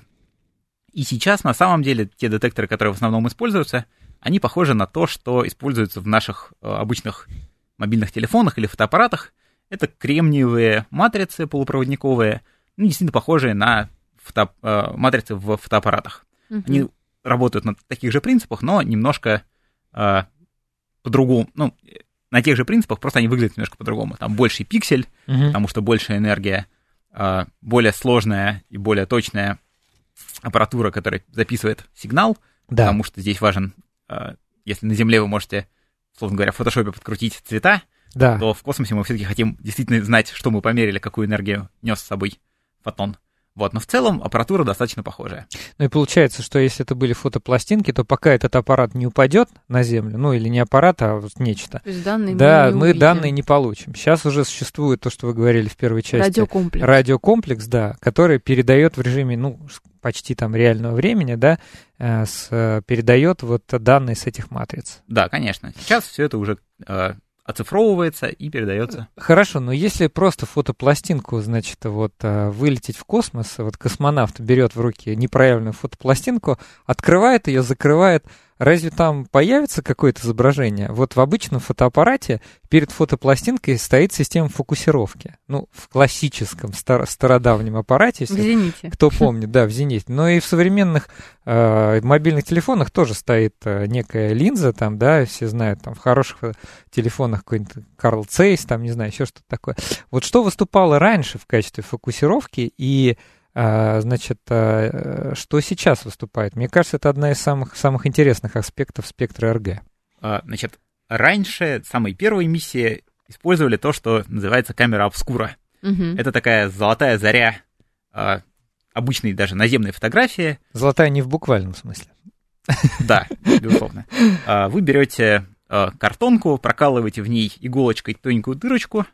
И сейчас на самом деле те детекторы, которые в основном используются, они похожи на то, что используется в наших а, обычных мобильных телефонах или фотоаппаратах. Это кремниевые матрицы полупроводниковые, ну, действительно похожие на фото, э, матрицы в фотоаппаратах. Uh-huh. Они работают на таких же принципах, но немножко э, по-другому, ну, на тех же принципах, просто они выглядят немножко по-другому. Там больше пиксель, угу. потому что больше энергия, более сложная и более точная аппаратура, которая записывает сигнал, да. потому что здесь важен, если на Земле вы можете, условно говоря, в фотошопе подкрутить цвета, да. то в космосе мы все-таки хотим действительно знать, что мы померили, какую энергию нес с собой фотон. Вот, но в целом аппаратура достаточно похожая. Ну и получается, что если это были фотопластинки, то пока этот аппарат не упадет на Землю, ну или не аппарат, а вот нечто, то есть данные да, мы, не мы увидим. данные не получим. Сейчас уже существует то, что вы говорили в первой части. Радиокомплекс. Радиокомплекс, да, который передает в режиме, ну, почти там реального времени, да, э, с, передает вот данные с этих матриц. Да, конечно. Сейчас все это уже... Э, оцифровывается и передается. Хорошо, но если просто фотопластинку, значит, вот вылететь в космос, вот космонавт берет в руки непроявленную фотопластинку, открывает ее, закрывает, разве там появится какое-то изображение? Вот в обычном фотоаппарате перед фотопластинкой стоит система фокусировки. Ну, в классическом стар- стародавнем аппарате, если в «Зените». Кто помнит, да, в «Зените». Но и в современных э, мобильных телефонах тоже стоит э, некая линза, там, да, все знают, там, в хороших телефонах какой-нибудь Карл Цейс, там, не знаю, еще что-то такое. Вот что выступало раньше в качестве фокусировки и значит, что сейчас выступает? Мне кажется, это одна из самых, самых интересных аспектов спектра эр джи. Значит, раньше, самые первые миссии использовали то, что называется камера обскура. Угу. Это такая золотая заря обычной даже наземной фотографии. Золотая не в буквальном смысле. Да, безусловно. Вы берете картонку, прокалываете в ней иголочкой тоненькую дырочку,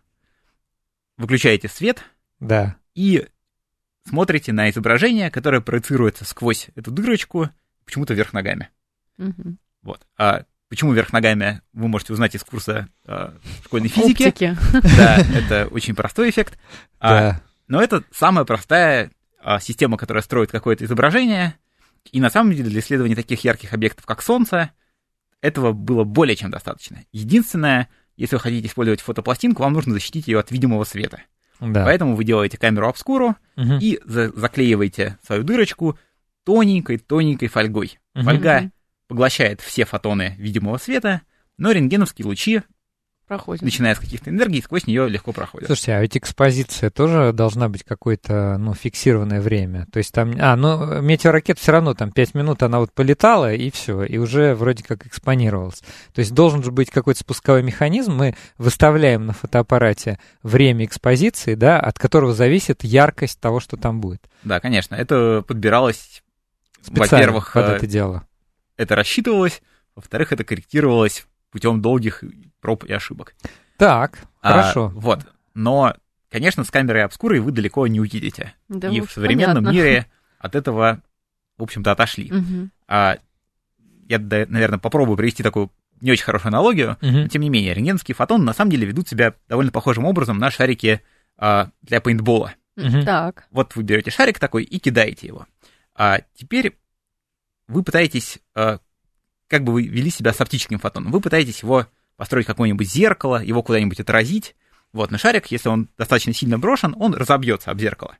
выключаете свет, да. и смотрите на изображение, которое проецируется сквозь эту дырочку, почему-то вверх ногами. Угу. Вот. А почему вверх ногами, вы можете узнать из курса а, школьной физики. Оптики. Да, это очень простой эффект. Да. А, но это самая простая а, система, которая строит какое-то изображение. И на самом деле для исследования таких ярких объектов, как Солнце, этого было более чем достаточно. Единственное, если вы хотите использовать фотопластинку, вам нужно защитить ее от видимого света. Да. Поэтому вы делаете камеру обскуру угу. и за- заклеиваете свою дырочку тоненькой-тоненькой фольгой. Угу. Фольга поглощает все фотоны видимого света, но рентгеновские лучи, проходят. начиная с каких-то энергий, сквозь нее легко проходят. Слушайте, а ведь экспозиция тоже должна быть какое-то, ну, фиксированное время. То есть там, а, ну, метеоракет все равно там пять минут она вот полетала, и все, и уже вроде как экспонировалась. То есть должен же быть какой-то спусковой механизм, мы выставляем на фотоаппарате время экспозиции, да, от которого зависит яркость того, что там будет. Да, конечно, это подбиралось, специально во-первых, под это дело. Это рассчитывалось, во-вторых, это корректировалось путем долгих проб и ошибок. Так, а, хорошо. Вот, но, конечно, с камерой обскурой вы далеко не уедете. Да, и в современном понятно. Мире от этого, в общем-то, отошли. Угу. А, я, наверное, попробую привести такую не очень хорошую аналогию, угу. но, тем не менее, рентгеновские фотоны на самом деле ведут себя довольно похожим образом на шарики а, для пейнтбола. Угу. Так. Вот вы берете шарик такой и кидаете его. А теперь вы пытаетесь... А, как бы вы вели себя с оптическим фотоном. Вы пытаетесь его построить какое-нибудь зеркало, его куда-нибудь отразить. Вот, на шарик, если он достаточно сильно брошен, он разобьется об зеркало.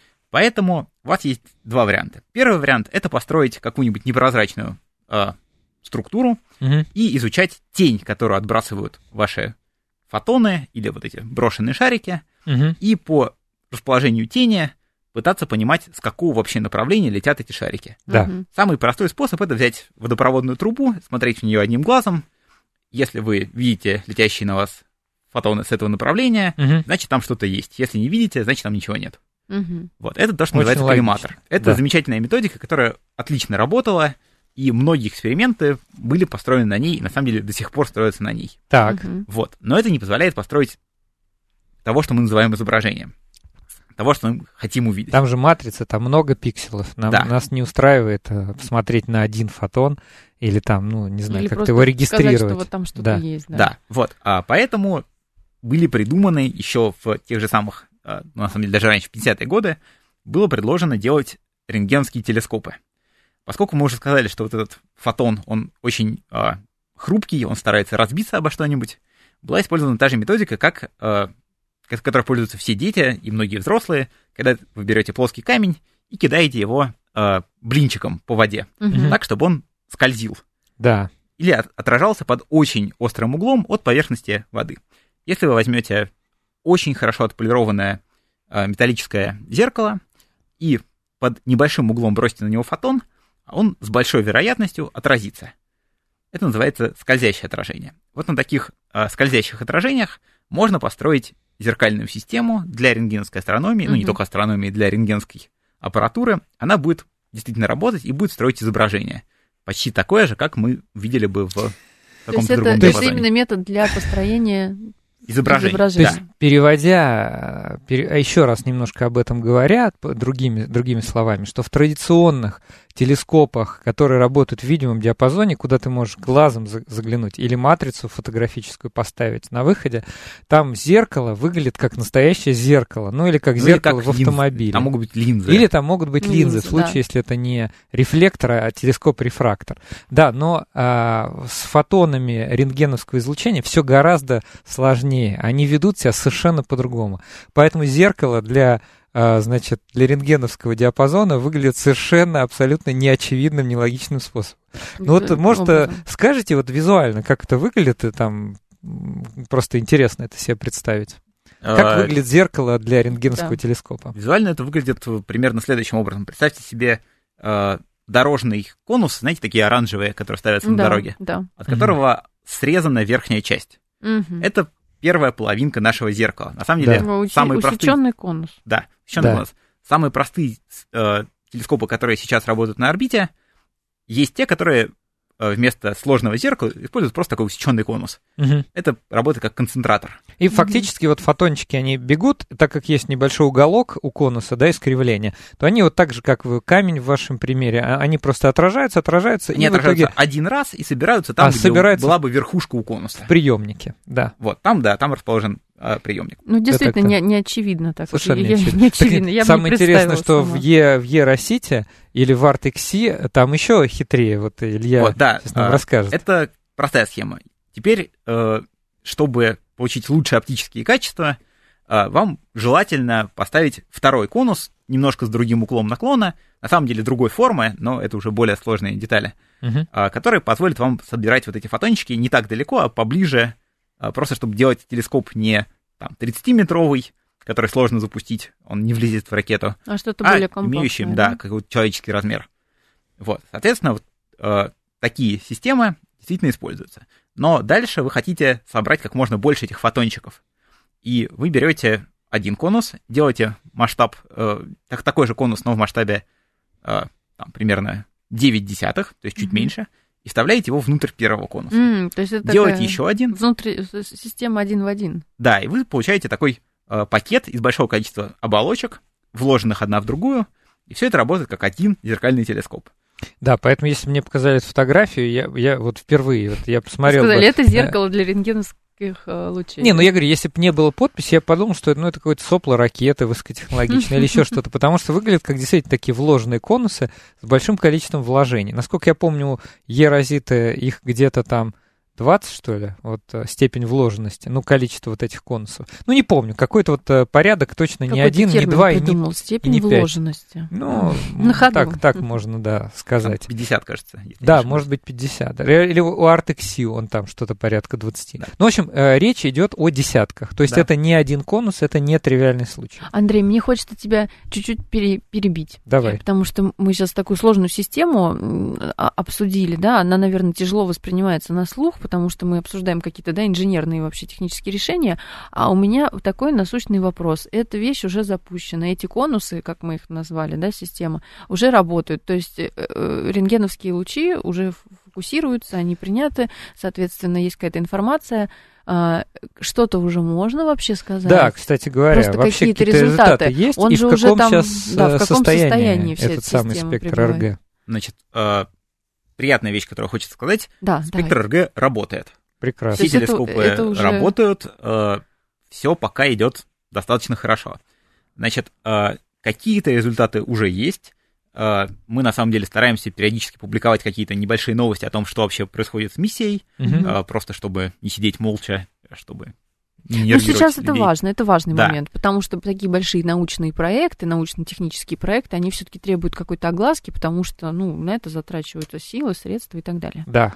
Поэтому у вас есть два варианта. Первый вариант — это построить какую-нибудь непрозрачную э, структуру угу. и изучать тень, которую отбрасывают ваши фотоны или вот эти брошенные шарики, угу. и по расположению тени пытаться понимать, с какого вообще направления летят эти шарики. Да. Самый простой способ — это взять водопроводную трубу, смотреть в нее одним глазом. Если вы видите летящие на вас фотоны с этого направления, угу. значит, там что-то есть. Если не видите, значит, там ничего нет. Угу. Вот, это то, что очень называется коллиматор. Это да. замечательная методика, которая отлично работала, и многие эксперименты были построены на ней, и на самом деле до сих пор строятся на ней. Так. Угу. Вот. Но это не позволяет построить того, что мы называем изображением. Того, что мы хотим увидеть. Там же матрица, там много пикселов. Нам, да. Нас не устраивает а, посмотреть на один фотон или там, ну, не знаю, или как-то его регистрировать. Сказать, что вот там что-то да. есть. Да, да вот. А поэтому были придуманы еще в тех же самых, ну, на самом деле, даже раньше, в пятидесятые годы, было предложено делать рентгеновские телескопы. Поскольку мы уже сказали, что вот этот фотон, он очень а, хрупкий, он старается разбиться обо что-нибудь, была использована та же методика, как... А, которой пользуются все дети и многие взрослые, когда вы берете плоский камень и кидаете его э, блинчиком по воде, угу. так, чтобы он скользил. Да. или отражался под очень острым углом от поверхности воды. Если вы возьмете очень хорошо отполированное металлическое зеркало и под небольшим углом бросите на него фотон, он с большой вероятностью отразится. Это называется скользящее отражение. Вот на таких э, скользящих отражениях можно построить зеркальную систему для рентгеновской астрономии, mm-hmm. ну не только астрономии, для рентгеновской аппаратуры. Она будет действительно работать и будет строить изображение. Почти такое же, как мы видели бы в каком-то другом диапазоне. То есть это именно метод для построения изображение. изображение. То есть, переводя, пере, а еще раз немножко об этом говоря, другими, другими словами, что в традиционных телескопах, которые работают в видимом диапазоне, куда ты можешь глазом заглянуть или матрицу фотографическую поставить на выходе, там зеркало выглядит как настоящее зеркало, ну или как ну, зеркало или как в автомобиле. Линзы. Там могут быть линзы. Или там могут быть линзы, линзы в случае, да. если это не рефлектор, а телескоп-рефрактор. Да, но а, с фотонами рентгеновского излучения все гораздо сложнее. Они ведут себя совершенно по-другому. Поэтому зеркало для... значит, для рентгеновского диапазона выглядит совершенно, абсолютно неочевидным, нелогичным способом. Ну вот, может, образом. Скажете вот визуально, как это выглядит, и там просто интересно это себе представить. Как а, выглядит зеркало для рентгеновского да. телескопа? Визуально это выглядит примерно следующим образом. Представьте себе э, дорожный конус, знаете, такие оранжевые, которые ставятся на да, дороге, да. от которого угу. срезана верхняя часть. Угу. Это первая половинка нашего зеркала. На самом деле, да. самые простые... Усечённый конус. Да, усечённый да. конус. Самые простые э, телескопы, которые сейчас работают на орбите, есть те, которые э, вместо сложного зеркала используют просто такой усечённый конус. Угу. Это работает как концентратор. И фактически вот фотончики, они бегут, так как есть небольшой уголок у конуса, да, искривления, то они вот так же, как в камень в вашем примере, они просто отражаются, отражаются. Они и отражаются в итоге... один раз и собираются там, а, где собираются была бы верхушка у конуса. В приемнике, да. Вот, там, да, там расположен а, приемник. Ну, действительно, не, не очевидно так. Совершенно я, не очевидно. Не очевидно. Я самое интересное, что сама. в Е, в Е-Росите или в Арт-Икси там еще хитрее, вот Илья вот, да, сейчас нам а, расскажет. Это простая схема. Теперь, э, чтобы получить лучшие оптические качества, э, вам желательно поставить второй конус, немножко с другим углом наклона, на самом деле другой формы, но это уже более сложные детали, uh-huh. э, которые позволят вам собирать вот эти фотончики не так далеко, а поближе, э, просто чтобы делать телескоп не там, тридцатиметровый, который сложно запустить, он не влезет в ракету, а, что-то а более компактное, имеющим, да, да какой-то человеческий размер. Вот, соответственно, вот, э, такие системы действительно используются. Но дальше вы хотите собрать как можно больше этих фотончиков. И вы берете один конус, делаете масштаб, э, такой же конус, но в масштабе э, там, примерно девять десятых, то есть чуть mm-hmm. меньше, и вставляете его внутрь первого конуса. Mm, то есть это делаете еще один. Внутри система один в один. Да, и вы получаете такой э, пакет из большого количества оболочек, вложенных одна в другую, и все это работает как один зеркальный телескоп. Да, поэтому если мне показали эту фотографию, я, я вот впервые, вот я посмотрел... Сказали, бы, это зеркало для рентгеновских э, лучей. Не, ну я говорю, если бы не было подписи, я подумал, что ну, это какое-то сопло ракеты высокотехнологичное или еще что-то, потому что выглядят как действительно такие вложенные конусы с большим количеством вложений. Насколько я помню, Е-розиты, их где-то там двадцать, что ли, вот степень вложенности, ну, количество вот этих конусов. Ну, не помню, какой-то вот порядок точно не один, не два и не, степень и не пять. Вложенности. Ну, на ходу. Так, так можно, да, сказать. Там пятьдесят, кажется. Да, может быть, пятьдесят. Или у Арт-Икси он там что-то порядка двадцать. Да. Ну, в общем, речь идет о десятках. То есть да. это не один конус, это не тривиальный случай. Андрей, мне хочется тебя чуть-чуть пере- перебить. Давай. Потому что мы сейчас такую сложную систему обсудили, да, она, наверное, тяжело воспринимается на слух, потому что мы обсуждаем какие-то, да, инженерные вообще технические решения, а у меня такой насущный вопрос. Эта вещь уже запущена, эти конусы, как мы их назвали, да, система, уже работают, то есть э, рентгеновские лучи уже фокусируются, они приняты, соответственно, есть какая-то информация, а, что-то уже можно вообще сказать? Да, кстати говоря, просто вообще какие-то, какие-то результаты, результаты есть, Он и же в каком уже там, сейчас да, в каком состоянии, состоянии вся этот самый спектр пребывает? эр гэ? Значит, э, приятная вещь, которую хочется сказать, да, спектр давай. эр гэ работает. Прекрасно. Все телескопы это, это уже... работают, э, все пока идет достаточно хорошо. Значит, э, какие-то результаты уже есть. Э, мы на самом деле стараемся периодически публиковать какие-то небольшие новости о том, что вообще происходит с миссией, uh-huh. э, просто чтобы не сидеть молча, чтобы не нервировать Ну, сейчас людей. это важно, это важный да. момент, потому что такие большие научные проекты, научно-технические проекты, они все-таки требуют какой-то огласки, потому что, ну, на это затрачиваются силы, средства и так далее. Да.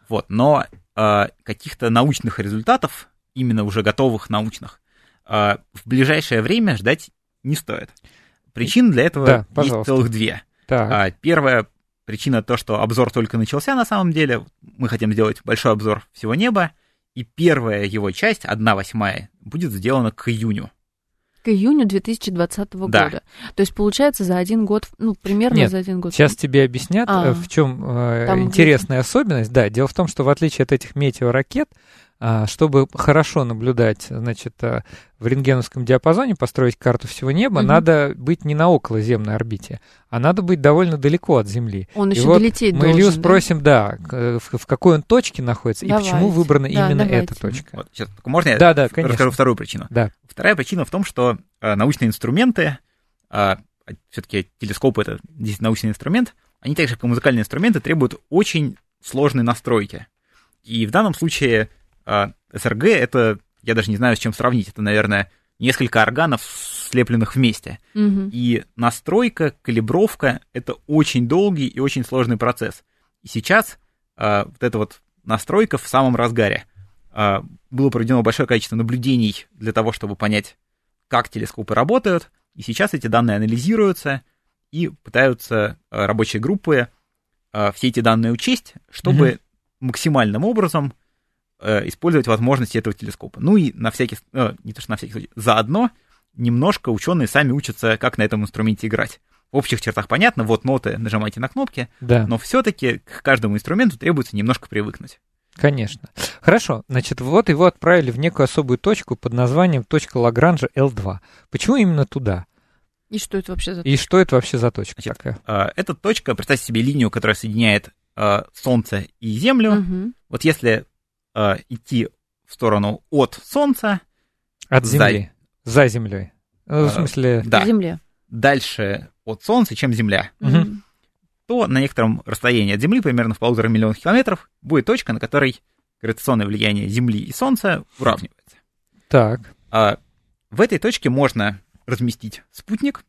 Вот, но э, каких-то научных результатов, именно уже готовых научных, э, в ближайшее время ждать не стоит. Причин для этого да, есть пожалуйста. целых две. Так. Первая причина то, что обзор только начался на самом деле. Мы хотим сделать большой обзор всего неба, и первая его часть, одна восьмая, будет сделана к июню. К июню две тысячи двадцатого Да. года. То есть, получается, за один год, ну, примерно Нет, за один год. Сейчас тебе объяснят, А, в чем там интересная особенность. Да, дело в том, что в отличие от этих метеоракет, а, чтобы хорошо наблюдать, значит, а, в рентгеновском диапазоне, построить карту всего неба, Мгм. надо быть не на околоземной орбите, а надо быть довольно далеко от Земли. Он И еще вот долететь мы должен, Илью да? спросим, да, к- в, в какой он точке находится и почему Давайте. выбрана Да, именно давайте. эта точка. Вот, сейчас, можно я Да, да, расскажу конечно. вторую причину? Да. Вторая причина в том, что э, научные инструменты, э, все-таки телескоп — это действительно научный инструмент, они также, как и музыкальные инструменты, требуют очень сложной настройки. И в данном случае э, эс эр джи — это, я даже не знаю, с чем сравнить, это, наверное, несколько органов, слепленных вместе. Мгм. И настройка, калибровка — это очень долгий и очень сложный процесс. И сейчас э, вот эта вот настройка в самом разгаре. Э, было проведено большое количество наблюдений для того, чтобы понять, как телескопы работают. И сейчас эти данные анализируются и пытаются э, рабочие группы э, все эти данные учесть, чтобы Мгм. максимальным образом э, использовать возможности этого телескопа. Ну и на всякий, э, не то что на всякий случай, заодно немножко ученые сами учатся, как на этом инструменте играть. В общих чертах понятно, вот ноты, нажимайте на кнопки, Да. но все-таки к каждому инструменту требуется немножко привыкнуть. Конечно. Хорошо, значит, вот его отправили в некую особую точку под названием точка Лагранжа эл два. Почему именно туда? И что это вообще за... И что это вообще за точка Значит, такая? э, эта точка, представьте себе линию, которая соединяет э, Солнце и Землю. Мгм. Вот если э, идти в сторону от Солнца, От за- Земли. За Землей. Ну, в А, смысле... да, В земле. дальше от Солнца, чем Земля, Мгм. Мгм. то на некотором расстоянии от Земли, примерно в полутора миллионах километров, будет точка, на которой гравитационное влияние Земли и Солнца уравнивается. Так. А в этой точке можно разместить спутник,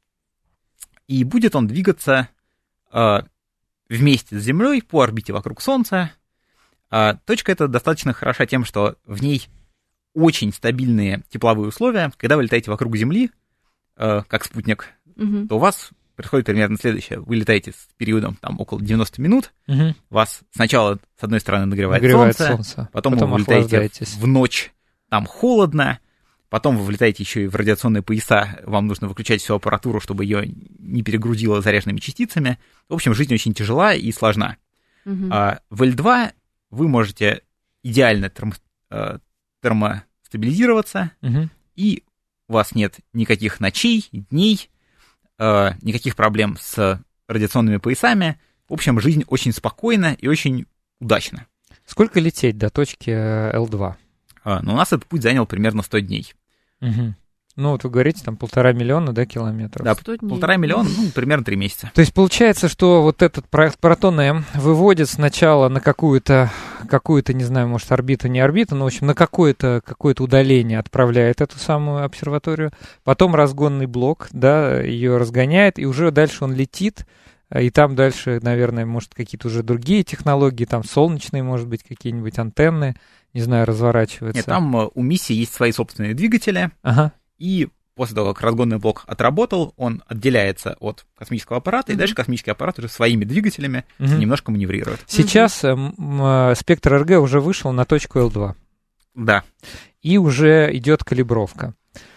и будет он двигаться а, вместе с Землей по орбите вокруг Солнца. А точка эта достаточно хороша тем, что в ней очень стабильные тепловые условия. Когда вы летаете вокруг Земли, а, как спутник, Мгм. то у вас происходит примерно следующее. Вы летаете с периодом там, около девяносто минут, Мгм. вас сначала, с одной стороны, нагревает, Нагревает солнце, солнце. потом, вы вылетаете охлаждаетесь. в ночь, там холодно, потом вы влетаете еще и в радиационные пояса, вам нужно выключать всю аппаратуру, чтобы ее не перегрузило заряженными частицами. В общем, жизнь очень тяжела и сложна. Мгм. А в эл два вы можете идеально термо- э, термостабилизироваться, Мгм. и у вас нет никаких ночей, дней, э, никаких проблем с радиационными поясами. В общем, жизнь очень спокойна и очень удачна. Сколько лететь до точки э, эл два? А, но у нас этот путь занял примерно сто дней. Мгм. Ну, вот вы говорите, там полтора миллиона, да, километров. Да, сто дней. полтора миллиона, ну, примерно три месяца. То есть получается, что вот этот проект Протон-М выводит сначала на какую-то, какую-то, не знаю, может, орбиту, не орбиту, но, в общем, на какое-то, какое-то удаление отправляет эту самую обсерваторию, потом разгонный блок, да, ее разгоняет, и уже дальше он летит, и там дальше, наверное, может, какие-то уже другие технологии, там солнечные, может быть, какие-нибудь антенны, не знаю, разворачиваются. Нет, там э, у миссии есть свои собственные двигатели, Ага. и после того, как разгонный блок отработал, он отделяется от космического аппарата, и Мгм. дальше космический аппарат уже своими двигателями Мгм. немножко маневрирует. Сейчас м, м, спектр эр джи уже вышел на точку эл два, Да. и уже идет калибровка.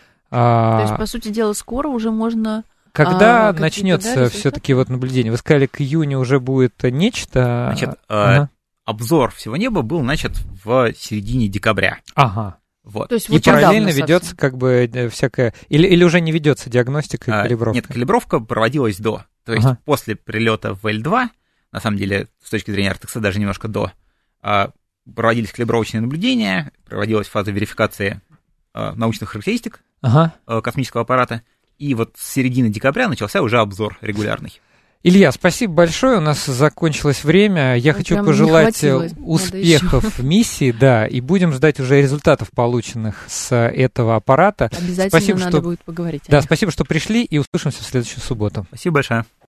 А, То есть, по сути дела, скоро уже можно... Когда а, какие-то, да, начнется результаты? все-таки вот наблюдение? Вы сказали, к июню уже будет нечто. Значит, э, ага. обзор всего неба был начат в середине декабря. Ага. Вот. То есть, И вот параллельно недавно ведется совсем. как бы э, всякая. Или, или уже не ведется диагностика и А, калибровка? Нет, калибровка проводилась до. То есть Ага. после прилета в эл два, на самом деле, с точки зрения эр тэ икс, даже немножко до, а, проводились калибровочные наблюдения, проводилась фаза верификации а, научных характеристик Ага. а, космического аппарата, и вот с середины декабря начался уже обзор регулярный. Илья, спасибо большое. У нас закончилось время. Я Ну, хочу прям не пожелать хватило. э, Надо успехов в миссии, да, и будем ждать уже результатов, полученных с этого аппарата. Обязательно Спасибо, надо что- будет поговорить. о Да, них. спасибо, что пришли, и услышимся в следующую субботу. Спасибо большое.